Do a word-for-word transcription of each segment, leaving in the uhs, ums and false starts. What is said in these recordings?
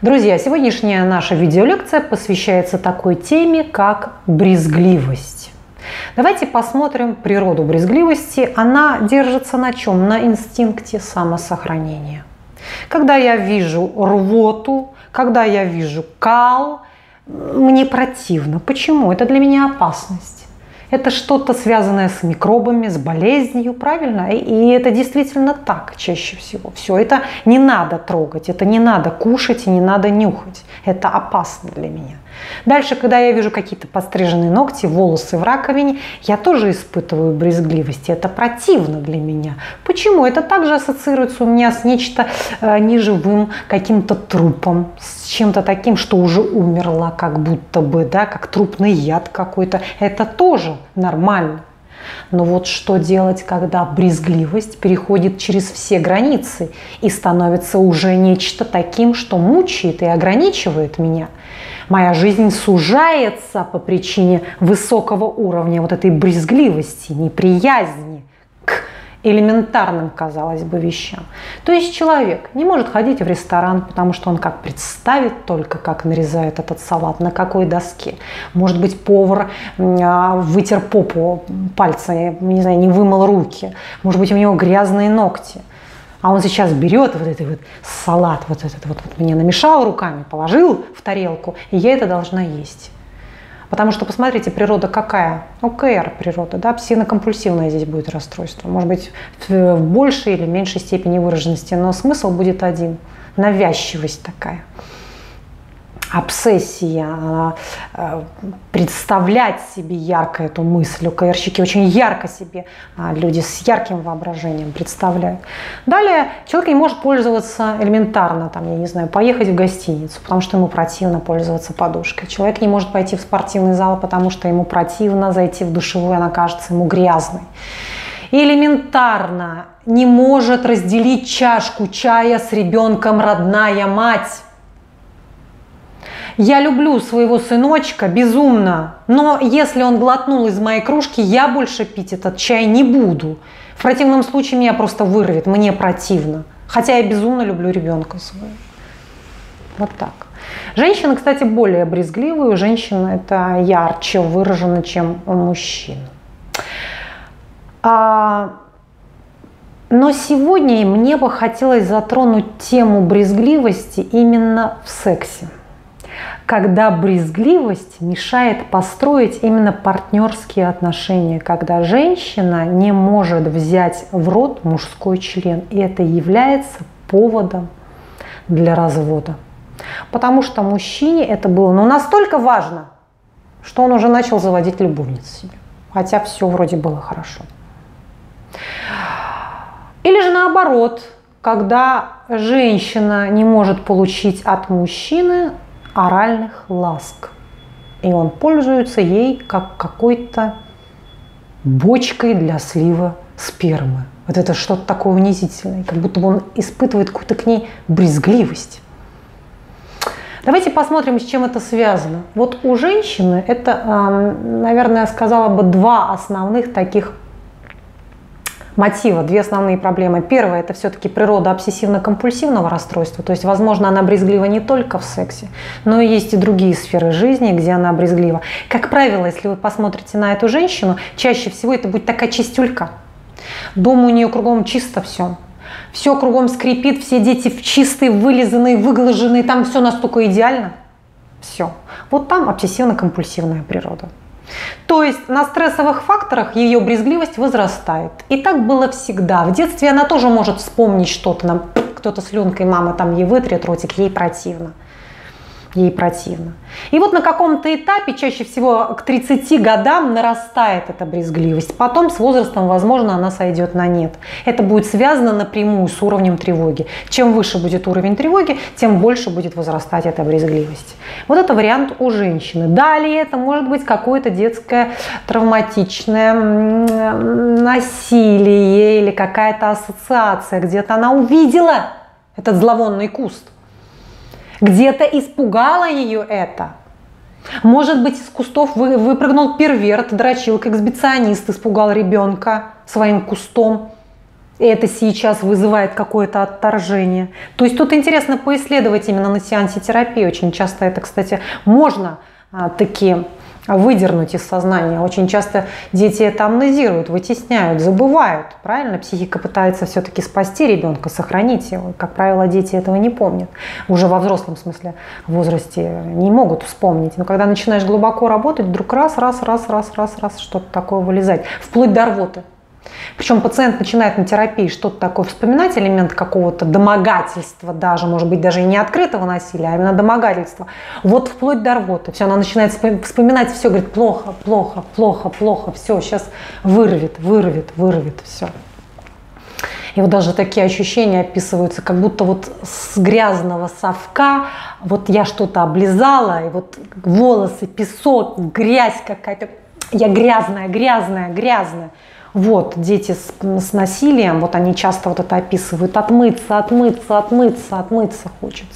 Друзья, сегодняшняя наша видеолекция посвящается такой теме, как брезгливость. Давайте посмотрим природу брезгливости. Она держится на чем? На инстинкте самосохранения. Когда я вижу рвоту, когда я вижу кал, мне противно. Почему? Это для меня опасность. Это что-то связанное с микробами, с болезнью, правильно? И это действительно так чаще всего. Все это не надо трогать, это не надо кушать и не надо нюхать. Это опасно для меня. Дальше, когда я вижу какие-то подстриженные ногти, волосы в раковине, я тоже испытываю брезгливость. Это противно для меня. Почему? Это также ассоциируется у меня с нечто э, неживым, каким-то трупом, с чем-то таким, что уже умерло, как будто бы, да, как трупный яд какой-то. Это тоже нормально. Но вот что делать, когда брезгливость переходит через все границы и становится уже нечто таким, что мучает и ограничивает меня? Моя жизнь сужается по причине высокого уровня вот этой брезгливости, неприязни к элементарным, казалось бы, вещам. То есть человек не может ходить в ресторан, потому что он как представит только, как нарезают этот салат, на какой доске. Может быть, повар вытер попу пальцами, не знаю, не вымыл руки. Может быть, у него грязные ногти. А он сейчас берет вот этот вот салат, вот этот вот, вот мне намешал руками, положил в тарелку, и я это должна есть. Потому что, посмотрите, природа какая? ОКР природа, да, обсессивно-компульсивное здесь будет расстройство. Может быть, в большей или меньшей степени выраженности, но смысл будет один. Навязчивость такая. Обсессия, представлять себе ярко эту мысль. ОКРщики очень ярко себе, люди с ярким воображением представляют. Далее человек не может пользоваться элементарно, там, я не знаю, поехать в гостиницу, потому что ему противно пользоваться подушкой. Человек не может пойти в спортивный зал, потому что ему противно зайти в душевую, она кажется ему грязной. И элементарно не может разделить чашку чая с ребенком родная мать. Я люблю своего сыночка безумно, но если он глотнул из моей кружки, я больше пить этот чай не буду. В противном случае меня просто вырвет, мне противно. Хотя я безумно люблю ребенка своего. Вот так. Женщины, кстати, более брезгливые. У женщин это ярче выражено, чем у мужчин. А... Но сегодня мне бы хотелось затронуть тему брезгливости именно в сексе. Когда брезгливость мешает построить именно партнерские отношения, когда женщина не может взять в рот мужской член, и это является поводом для развода. Потому что мужчине это было ну, настолько важно, что он уже начал заводить любовниц себе, хотя все вроде было хорошо. Или же наоборот, когда женщина не может получить от мужчины оральных ласк. И он пользуется ей как какой-то бочкой для слива спермы. Вот это что-то такое унизительное, как будто бы он испытывает какую-то к ней брезгливость. Давайте посмотрим, с чем это связано. Вот у женщины это, наверное, я сказала бы, два основных таких мотива, две основные проблемы. Первое – это все-таки природа обсессивно-компульсивного расстройства. То есть, возможно, она брезглива не только в сексе, но и есть и другие сферы жизни, где она брезглива. Как правило, если вы посмотрите на эту женщину, чаще всего это будет такая чистюлька. Дома у нее кругом чисто все. Все кругом скрипит, все дети чистые, вылизанные, выглаженные, там все настолько идеально. Все. Вот там обсессивно-компульсивная природа. То есть на стрессовых факторах ее брезгливость возрастает. И так было всегда. В детстве она тоже может вспомнить что-то, нам кто-то слюнкой, мама там ей вытрет ротик, ей противно. Ей противно. И вот на каком-то этапе, чаще всего к тридцати годам, нарастает эта брезгливость. Потом с возрастом, возможно, она сойдет на нет. Это будет связано напрямую с уровнем тревоги. Чем выше будет уровень тревоги, тем больше будет возрастать эта брезгливость. Вот это вариант у женщины. Далее это может быть какое-то детское травматичное насилие или какая-то ассоциация. Где-то она увидела этот зловонный куст. Где-то испугало ее это. Может быть, из кустов выпрыгнул перверт, дрочилка, эксбиционист, испугал ребенка своим кустом. это сейчас вызывает какое-то отторжение. То есть тут интересно поисследовать именно на сеансе терапии. Очень часто это, кстати, можно а, таки выдернуть из сознания. Очень часто дети это амнезируют, вытесняют, забывают. Правильно? Психика пытается все-таки спасти ребенка, сохранить его. Как правило, дети этого не помнят. Уже во взрослом смысле возрасте не могут вспомнить. Но когда начинаешь глубоко работать, вдруг раз, раз, раз, раз, раз, раз, что-то такое вылезать. Вплоть до рвоты. Причем пациент начинает на терапии что-то такое вспоминать, элемент какого-то домогательства даже, может быть, даже и не открытого насилия, а именно домогательства. Вот вплоть до рвоты. Все, она начинает вспоминать все, говорит, плохо, плохо, плохо, плохо, все, сейчас вырвет, вырвет, вырвет, все. И вот даже такие ощущения описываются, как будто вот с грязного совка вот я что-то облизала, и вот волосы, песок, грязь какая-то. Я грязная, грязная, грязная. Вот, дети с, с насилием, вот они часто вот это описывают. Отмыться, отмыться, отмыться, отмыться хочется.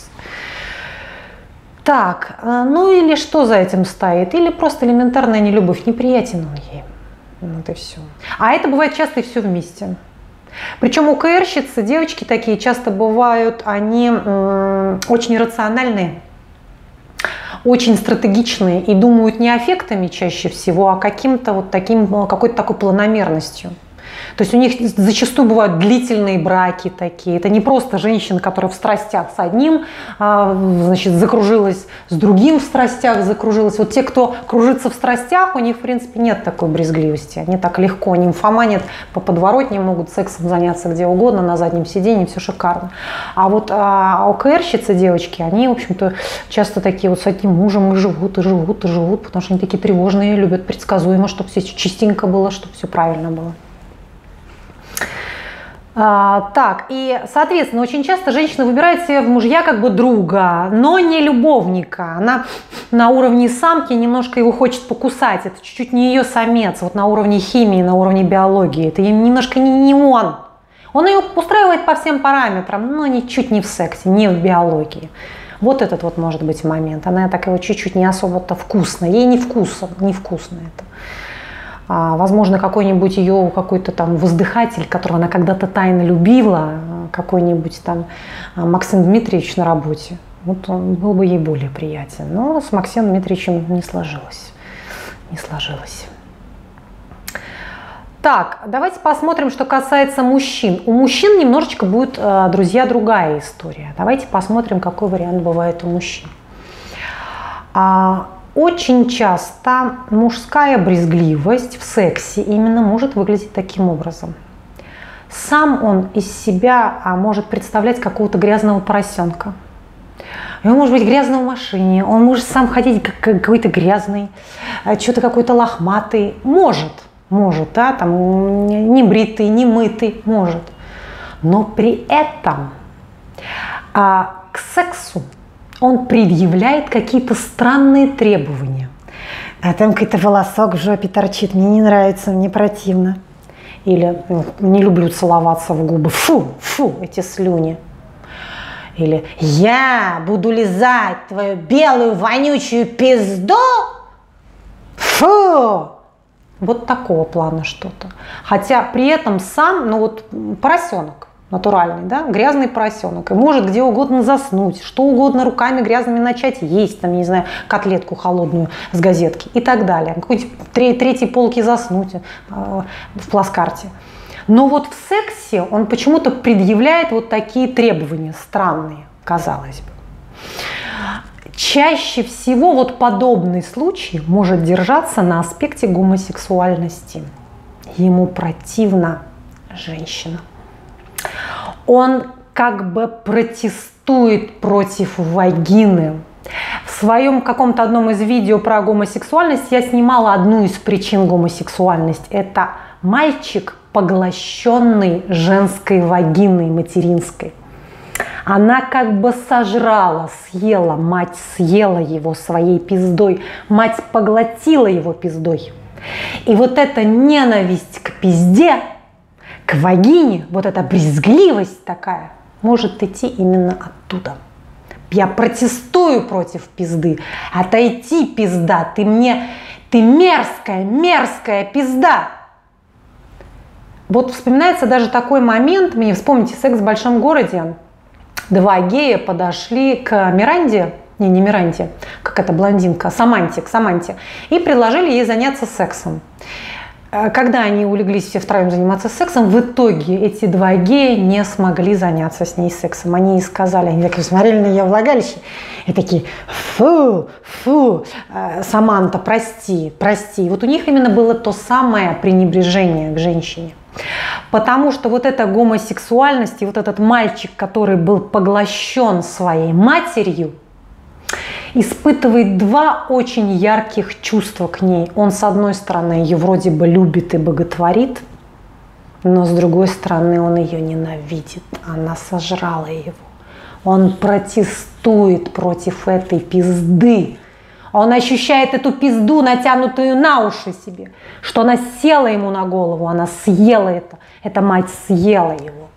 Так, ну или что за этим стоит? Или просто элементарная нелюбовь, неприятен он ей. Вот и все. А это бывает часто и все вместе. Причем у КРщицы девочки такие часто бывают, они м, очень рациональные, очень стратегичные и думают не аффектами чаще всего, а каким-то вот таким, какой-то такой планомерностью. То есть у них зачастую бывают длительные браки такие. Это не просто женщина, которая в страстях с одним, значит, закружилась, с другим в страстях закружилась. Вот те, кто кружится в страстях, у них, в принципе, нет такой брезгливости. Они так легко нимфоманят по подворотне, могут сексом заняться где угодно, на заднем сиденье, все шикарно. А вот а, ОКРщицы, девочки, они, в общем-то, часто такие вот с одним мужем и живут, и живут, и живут, потому что они такие тревожные, любят предсказуемо, чтобы все чистенько было, чтобы все правильно было. А, так, и, соответственно, очень часто женщина выбирает себе в мужья как бы друга, но не любовника. Она на уровне самки немножко его хочет покусать. Это чуть-чуть не ее самец, вот на уровне химии, на уровне биологии. Это немножко не, не он. Он ее устраивает по всем параметрам, но ничуть не в сексе, не в биологии. Вот этот вот может быть момент. Она так его чуть-чуть не особо-то вкусно. Ей не вкусно, не вкусно это. Возможно, какой-нибудь ее какой-то там воздыхатель, которого она когда-то тайно любила, какой-нибудь там Максим Дмитриевич на работе. Вот он был бы ей более приятен. Но с Максимом Дмитриевичем не сложилось. Не сложилось. Так, давайте посмотрим, что касается мужчин. У мужчин немножечко будет, друзья, другая история. Давайте посмотрим, какой вариант бывает у мужчин. Очень часто мужская брезгливость в сексе именно может выглядеть таким образом. Сам он из себя а, может представлять какого-то грязного поросенка. И он может быть грязным в машине, он может сам ходить как какой-то грязный, что-то какой-то лохматый. Может, может, да, там не бритый, не мытый, может. Но при этом а, к сексу он предъявляет какие-то странные требования. А там какой-то волосок в жопе торчит, мне не нравится, мне противно. Или не люблю целоваться в губы, фу, фу, эти слюни. Или я буду лизать твою белую вонючую пизду, фу. Вот такого плана что-то. Хотя при этом сам, ну вот поросенок. Натуральный, да, грязный поросенок. И может где угодно заснуть, что угодно руками грязными начать есть, там, я не знаю, котлетку холодную с газетки и так далее. Какой-нибудь третьей полки заснуть э, в плацкарте. Но вот в сексе он почему-то предъявляет вот такие требования странные, казалось бы. Чаще всего вот подобный случай может держаться на аспекте гомосексуальности. Ему противна женщина. Он как бы протестует против вагины. В своем каком-то одном из видео про гомосексуальность я снимала одну из причин гомосексуальности. Это мальчик, поглощенный женской вагиной материнской. Она как бы сожрала, съела, мать съела его своей пиздой, мать поглотила его пиздой. И вот эта ненависть к пизде, к вагине, вот эта брезгливость такая, может идти именно оттуда. Я протестую против пизды. Отойти, пизда, ты мне, ты мерзкая, мерзкая пизда. Вот вспоминается даже такой момент, мне вспомните «Секс в большом городе». Два гея подошли к Миранде, не, не Миранде, как эта блондинка, Саманте, к Саманте, и предложили ей заняться сексом. Когда они улеглись все втроем заниматься сексом, в итоге эти два гея не смогли заняться с ней сексом. Они ей сказали, они такие смотрели на ее влагалище и такие: фу, фу, Саманта, прости, прости. И вот у них именно было то самое пренебрежение к женщине. Потому что вот эта гомосексуальность и вот этот мальчик, который был поглощен своей матерью, испытывает два очень ярких чувства к ней. Он, с одной стороны, ее вроде бы любит и боготворит, но с другой стороны, он ее ненавидит. Она сожрала его. Он протестует против этой пизды. Он ощущает эту пизду, натянутую на уши себе, что она села ему на голову, она съела это. Эта мать съела его.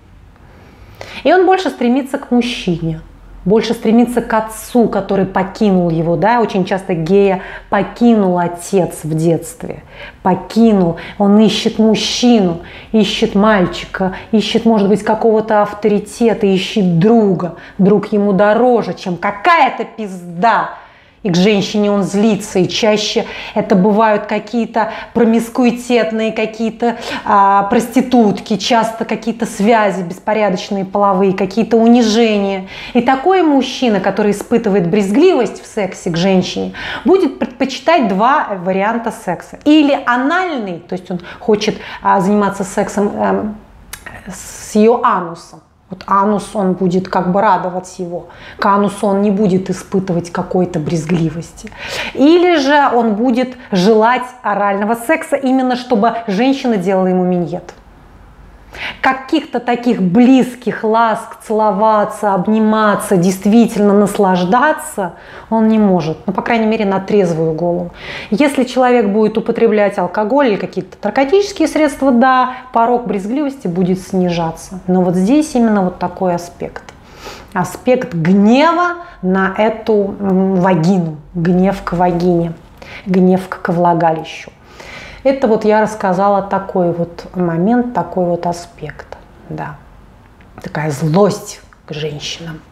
И он больше стремится к мужчине. Больше стремится к отцу, который покинул его. Да? Очень часто гея покинул отец в детстве. Покинул. Он ищет мужчину, ищет мальчика, ищет, может быть, какого-то авторитета, ищет друга. Друг ему дороже, чем какая-то пизда. И к женщине он злится, и чаще это бывают какие-то промискуитетные, какие-то а, проститутки, часто какие-то связи беспорядочные половые, какие-то унижения. И такой мужчина, который испытывает брезгливость в сексе к женщине, будет предпочитать два варианта секса. Или анальный, то есть он хочет а, заниматься сексом а, с ее анусом. Вот анус, он будет как бы радовать его. К анусу он не будет испытывать какой-то брезгливости. Или же он будет желать орального секса, именно чтобы женщина делала ему миньет. Каких-то таких близких ласк, целоваться, обниматься, действительно наслаждаться он не может. Ну, по крайней мере, на трезвую голову. Если человек будет употреблять алкоголь или какие-то наркотические средства, да, порог брезгливости будет снижаться. Но вот здесь именно вот такой аспект. Аспект гнева на эту вагину. Гнев к вагине. Гнев к влагалищу. Это вот я рассказала такой вот момент, такой вот аспект. Да. Такая злость к женщинам.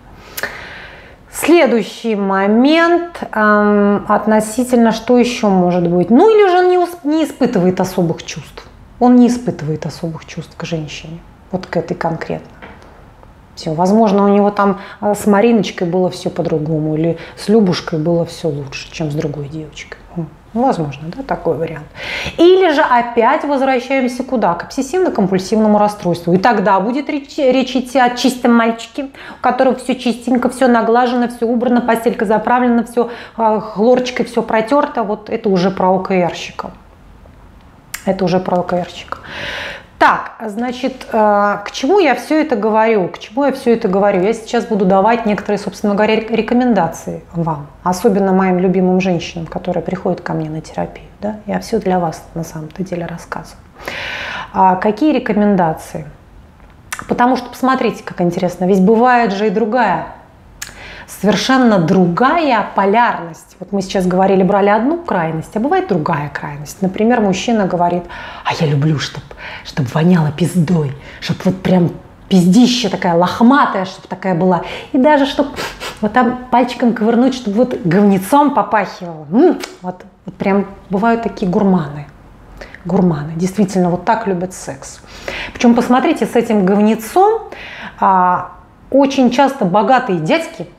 Следующий момент эм, относительно, что еще может быть. Ну или же он не, не испытывает особых чувств. Он не испытывает особых чувств к женщине. Вот к этой конкретно. Все. Возможно, у него там с Мариночкой было все по-другому. Или с Любушкой было все лучше, чем с другой девочкой. Возможно, да, такой вариант. Или же опять возвращаемся куда? К обсессивно-компульсивному расстройству. И тогда будет речь, речь идти о чистом мальчике, у которого все чистенько, все наглажено, все убрано, постелька заправлена, все хлорочкой, все протерто. Вот это уже про ОКРщика. Это уже про ОКРщика. Так, значит, к чему я все это говорю? К чему я все это говорю? Я сейчас буду давать некоторые, собственно говоря, рекомендации вам, особенно моим любимым женщинам, которые приходят ко мне на терапию. Да? Я все для вас на самом-то деле рассказываю. А какие рекомендации? Потому что, посмотрите, как интересно, ведь бывает же и другая, совершенно другая полярность. Вот мы сейчас говорили, брали одну крайность, а бывает другая крайность. Например, мужчина говорит: а я люблю, чтобы чтоб воняло пиздой, чтобы вот прям пиздища такая лохматая, чтобы такая была. И даже чтобы вот там пальчиком ковырнуть, чтобы вот говнецом попахивало. М-м, вот, вот прям бывают такие гурманы. Гурманы. Действительно, вот так любят секс. Причем, посмотрите, с этим говнецом а, очень часто богатые дядьки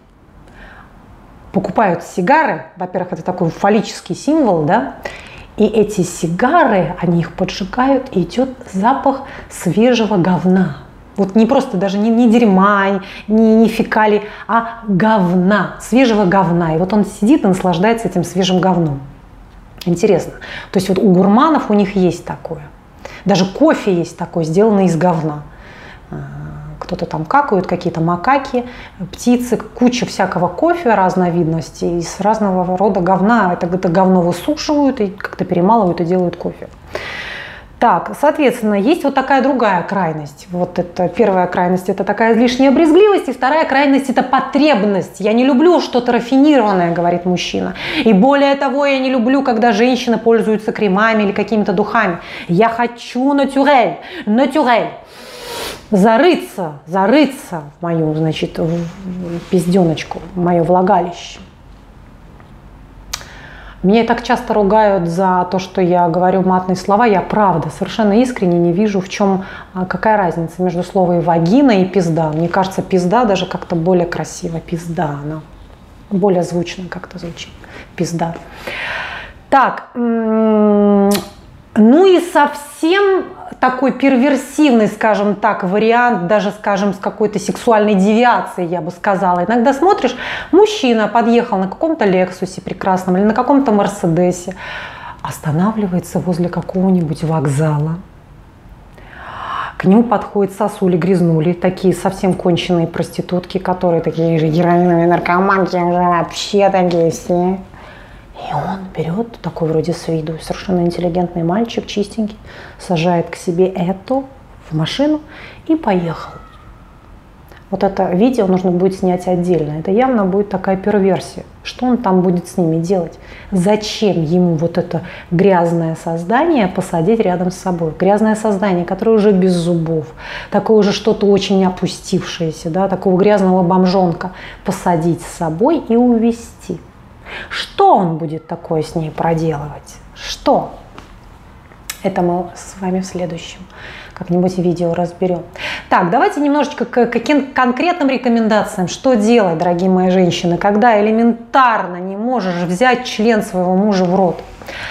покупают сигары. Во-первых, это такой фаллический символ, да, и эти сигары, они их поджигают, и идет запах свежего говна. Вот не просто даже не, не дерьма, не, не фекалий, а говна, свежего говна. И вот он сидит и наслаждается этим свежим говном. Интересно. То есть вот у гурманов у них есть такое. Даже кофе есть такой, сделанный из говна. Кто-то там какают, какие-то макаки, птицы, куча всякого кофе разновидностей из разного рода говна. Это, это говно высушивают и как-то перемалывают и делают кофе. Так, соответственно, есть вот такая другая крайность. Вот это первая крайность – это такая излишняя брезгливость, и вторая крайность – это потребность. Я не люблю что-то рафинированное, говорит мужчина. И более того, я не люблю, когда женщины пользуются кремами или какими-то духами. Я хочу натюрель, натюрель. Зарыться, зарыться в мою, значит, в пизденочку, в мое влагалище. Меня так часто ругают за то, что я говорю матные слова. Я правда совершенно искренне не вижу, в чем, какая разница между словом вагина и пизда. Мне кажется, пизда даже как-то более красиво. Пизда, она более звучно как-то звучит. Пизда. Так, ну и совсем такой перверсивный, скажем так, вариант, даже, скажем, с какой-то сексуальной девиацией, я бы сказала. Иногда смотришь, мужчина подъехал на каком-то Лексусе прекрасном или на каком-то Мерседесе, останавливается возле какого-нибудь вокзала. К нему подходят сосули-грязнули, такие совсем конченые проститутки, которые такие же героиновые наркоманки, уже вообще такие все. И он берет, такой вроде с виду, совершенно интеллигентный мальчик, чистенький, сажает к себе эту в машину и поехал. Вот это видео нужно будет снять отдельно. Это явно будет такая перверсия. Что он там будет с ними делать? Зачем ему вот это грязное создание посадить рядом с собой? Грязное создание, которое уже без зубов, такое уже что-то очень опустившееся, да, такого грязного бомжонка посадить с собой и увезти. Что он будет такое с ней проделывать? Что? Это мы с вами в следующем как-нибудь видео разберем. Так, давайте немножечко к каким конкретным рекомендациям. Что делать, дорогие мои женщины, когда элементарно не можешь взять член своего мужа в рот?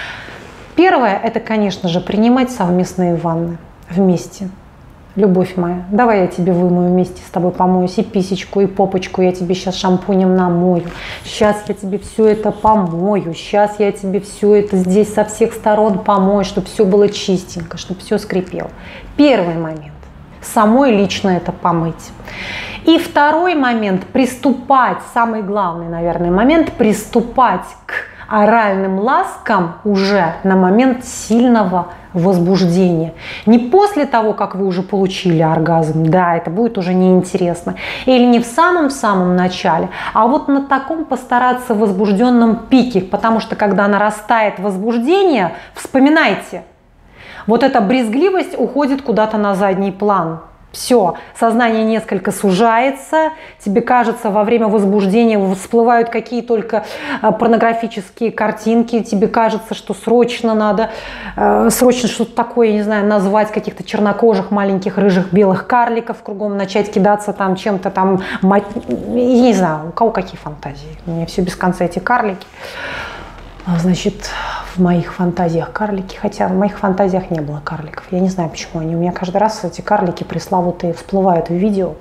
Первое, это, конечно же, принимать совместные ванны вместе. Любовь моя, давай я тебе вымою вместе с тобой, помоюсь, и писечку, и попочку я тебе сейчас шампунем намою. Сейчас я тебе все это помою, сейчас я тебе все это здесь со всех сторон помою, чтобы все было чистенько, чтобы все скрипело. Первый момент. Самой лично это помыть. И второй момент, приступать, самый главный, наверное, момент, приступать к оральным ласкам уже на момент сильного возбуждения. Не после того, как вы уже получили оргазм, да, это будет уже неинтересно, или не в самом-самом начале, а вот на таком постараться возбужденном пике, потому что когда нарастает возбуждение, вспоминайте, вот эта брезгливость уходит куда-то на задний план. Все, сознание несколько сужается, тебе кажется, во время возбуждения всплывают какие только порнографические картинки, тебе кажется, что срочно надо, э, срочно что-то такое, я не знаю, назвать, каких-то чернокожих, маленьких, рыжих, белых карликов кругом, начать кидаться там чем-то там, мать, я не знаю, у кого какие фантазии, у меня все без конца эти карлики. Значит, в моих фантазиях карлики, хотя в моих фантазиях не было карликов. Я не знаю, почему они у меня каждый раз, эти карлики пресловутые, всплывают в видео.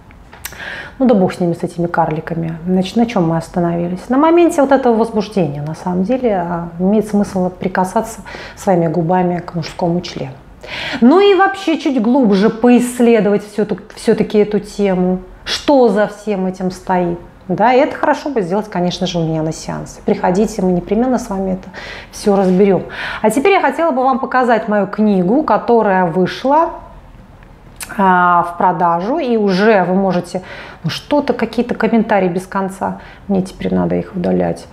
Ну да бог с ними, с этими карликами. Значит, на чем мы остановились? На моменте вот этого возбуждения, на самом деле, имеет смысл прикасаться своими губами к мужскому члену. Ну и вообще чуть глубже поисследовать все-таки эту тему. Что за всем этим стоит? Да, и это хорошо бы сделать, конечно же, у меня на сеансе. Приходите, мы непременно с вами это все разберем. А теперь я хотела бы вам показать мою книгу, которая вышла а, в продажу, и уже вы можете, ну, что-то, какие-то комментарии без конца, мне теперь надо их удалять.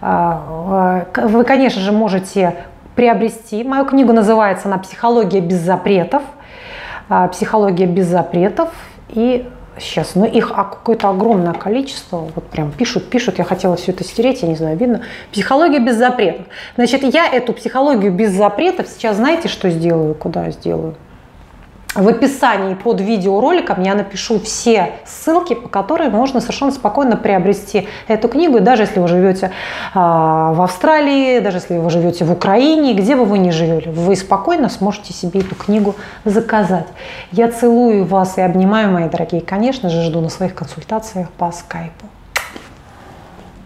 А, а, вы, конечно же, можете приобрести. Мою книгу называется она «Психология без запретов». А, «Психология без запретов». И сейчас, но их какое-то огромное количество, вот прям пишут, пишут, я хотела все это стереть, я не знаю, видно. Психология без запретов. Значит, я эту психологию без запретов сейчас, знаете, что сделаю, куда сделаю? В описании под видеороликом я напишу все ссылки, по которым можно совершенно спокойно приобрести эту книгу. И даже если вы живете а, в Австралии, даже если вы живете в Украине, где бы вы ни жили, вы спокойно сможете себе эту книгу заказать. Я целую вас и обнимаю, мои дорогие. Конечно же, жду на своих консультациях по скайпу.